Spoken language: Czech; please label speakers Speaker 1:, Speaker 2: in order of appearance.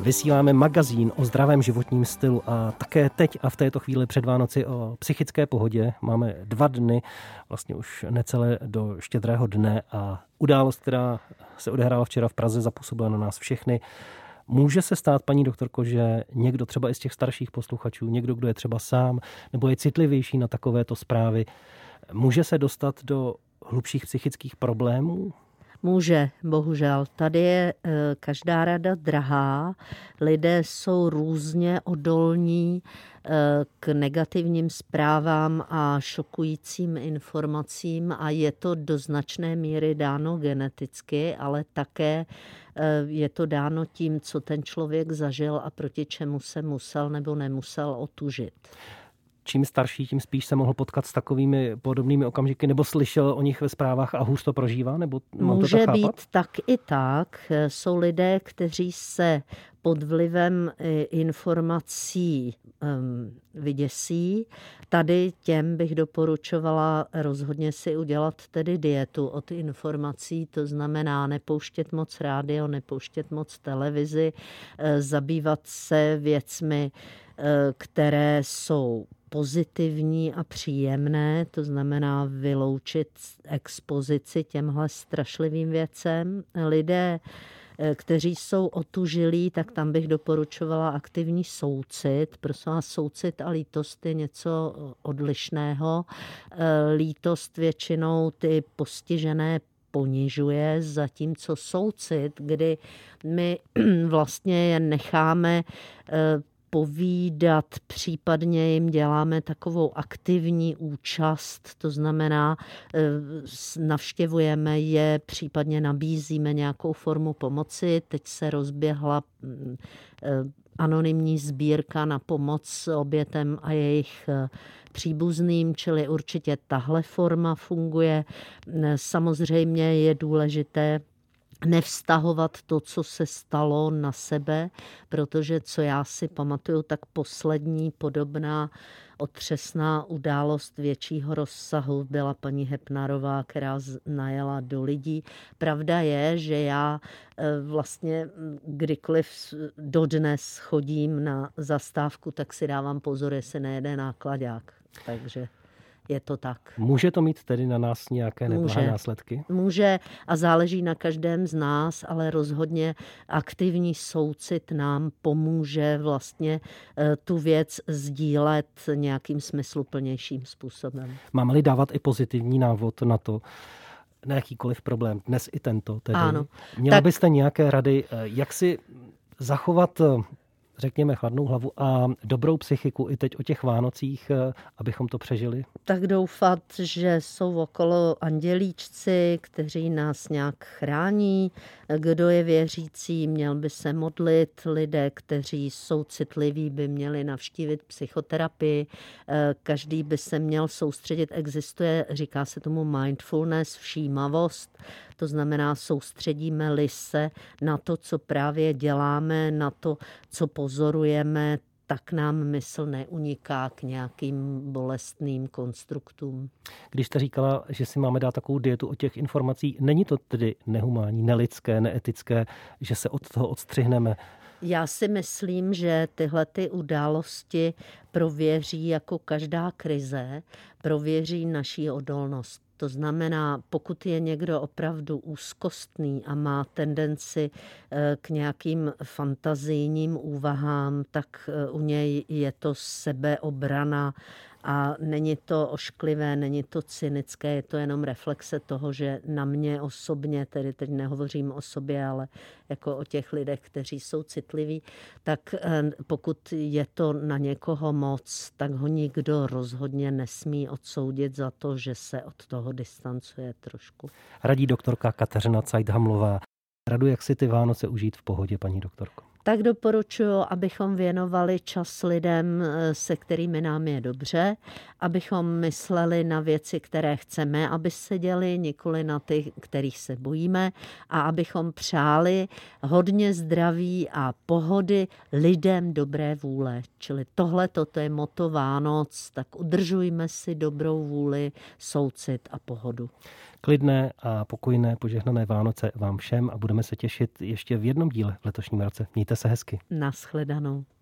Speaker 1: Vysíláme magazín o zdravém životním stylu a také teď a v této chvíli před Vánoci o psychické pohodě. Máme 2 dny, vlastně už necelé do Štědrého dne a událost, která se odehrála včera v Praze, zapůsobila na nás všechny. Může se stát, paní doktorko, že někdo třeba i z těch starších posluchačů, někdo, kdo je třeba sám nebo je citlivější na takovéto zprávy, může se dostat do hlubších psychických problémů?
Speaker 2: Může, bohužel. Tady je každá rada drahá. Lidé jsou různě odolní k negativním zprávám a šokujícím informacím a je to do značné míry dáno geneticky, ale také je to dáno tím, co ten člověk zažil a proti čemu se musel nebo nemusel otužit.
Speaker 1: Čím starší, tím spíš se mohl potkat s takovými podobnými okamžiky, nebo slyšel o nich ve zprávách a hůř to prožívá? Nebo
Speaker 2: může být tak i tak. Jsou lidé, kteří se pod vlivem informací vyděsí. Tady těm bych doporučovala rozhodně si udělat tedy dietu od informací, to znamená nepouštět moc rádio, nepouštět moc televizi, zabývat se věcmi, které jsou pozitivní a příjemné, to znamená vyloučit expozici těmhle strašlivým věcem. Lidé, kteří jsou otužilí, tak tam bych doporučovala aktivní soucit. Prosím vás, soucit a lítost je něco odlišného. Lítost většinou ty postižené ponižuje, zatímco soucit, kdy my vlastně je necháme povídat, případně jim děláme takovou aktivní účast, to znamená, navštěvujeme je, případně nabízíme nějakou formu pomoci. Teď se rozběhla anonymní sbírka na pomoc obětem a jejich příbuzným, čili určitě tahle forma funguje. Samozřejmě je důležité nevztahovat to, co se stalo, na sebe, protože co já si pamatuju, tak poslední podobná otřesná událost většího rozsahu byla paní Hepnarová, která najela do lidí. Pravda je, že já vlastně kdykoliv dodnes chodím na zastávku, tak si dávám pozor, jestli nejede náklaďák. Takže je to tak.
Speaker 1: Může to mít tedy na nás nějaké neblahé následky?
Speaker 2: Může a záleží na každém z nás, ale rozhodně aktivní soucit nám pomůže vlastně tu věc sdílet nějakým smysluplnějším způsobem.
Speaker 1: Máme-li dávat i pozitivní návod na to, na jakýkoliv problém, dnes i tento tedy.
Speaker 2: Ano.
Speaker 1: Měla byste nějaké rady, jak si zachovat, řekněme, chladnou hlavu a dobrou psychiku i teď o těch Vánocích, abychom to přežili?
Speaker 2: Tak doufat, že jsou okolo andělíčci, kteří nás nějak chrání. Kdo je věřící, měl by se modlit. Lidé, kteří jsou citliví, by měli navštívit psychoterapii. Každý by se měl soustředit. Existuje, říká se tomu mindfulness, všímavost. To znamená, soustředíme-li se na to, co právě děláme, na to, co pozorujeme, tak nám mysl neuniká k nějakým bolestným konstruktům.
Speaker 1: Když jste říkala, že si máme dát takovou dietu od těch informací, není to tedy nehumánní, nelidské, neetické, že se od toho odstřihneme?
Speaker 2: Já si myslím, že tyhle ty události prověří, jako každá krize, prověří naší odolnost. To znamená, pokud je někdo opravdu úzkostný a má tendenci k nějakým fantazijním úvahám, tak u něj je to sebeobrana a není to ošklivé, není to cynické, je to jenom reflexe toho, že na mě osobně, tedy teď nehovořím o sobě, ale jako o těch lidech, kteří jsou citliví, tak pokud je to na někoho moc, tak ho nikdo rozhodně nesmí odsoudit za to, že se od toho distancuje trošku.
Speaker 1: Radí doktorka Kateřina Cajthamlová. Radu, jak si ty Vánoce užít v pohodě, paní doktorko?
Speaker 2: Tak doporučuji, abychom věnovali čas lidem, se kterými nám je dobře, abychom mysleli na věci, které chceme, aby se děly, nikoli na ty, kterých se bojíme, a abychom přáli hodně zdraví a pohody lidem dobré vůle. Čili tohle, toto je motto Vánoc, tak udržujme si dobrou vůli, soucit a pohodu.
Speaker 1: Klidné a pokojné, požehnané Vánoce vám všem a budeme se těšit ještě v jednom díle v letošním roce. Mějte se hezky.
Speaker 2: Nashledanou.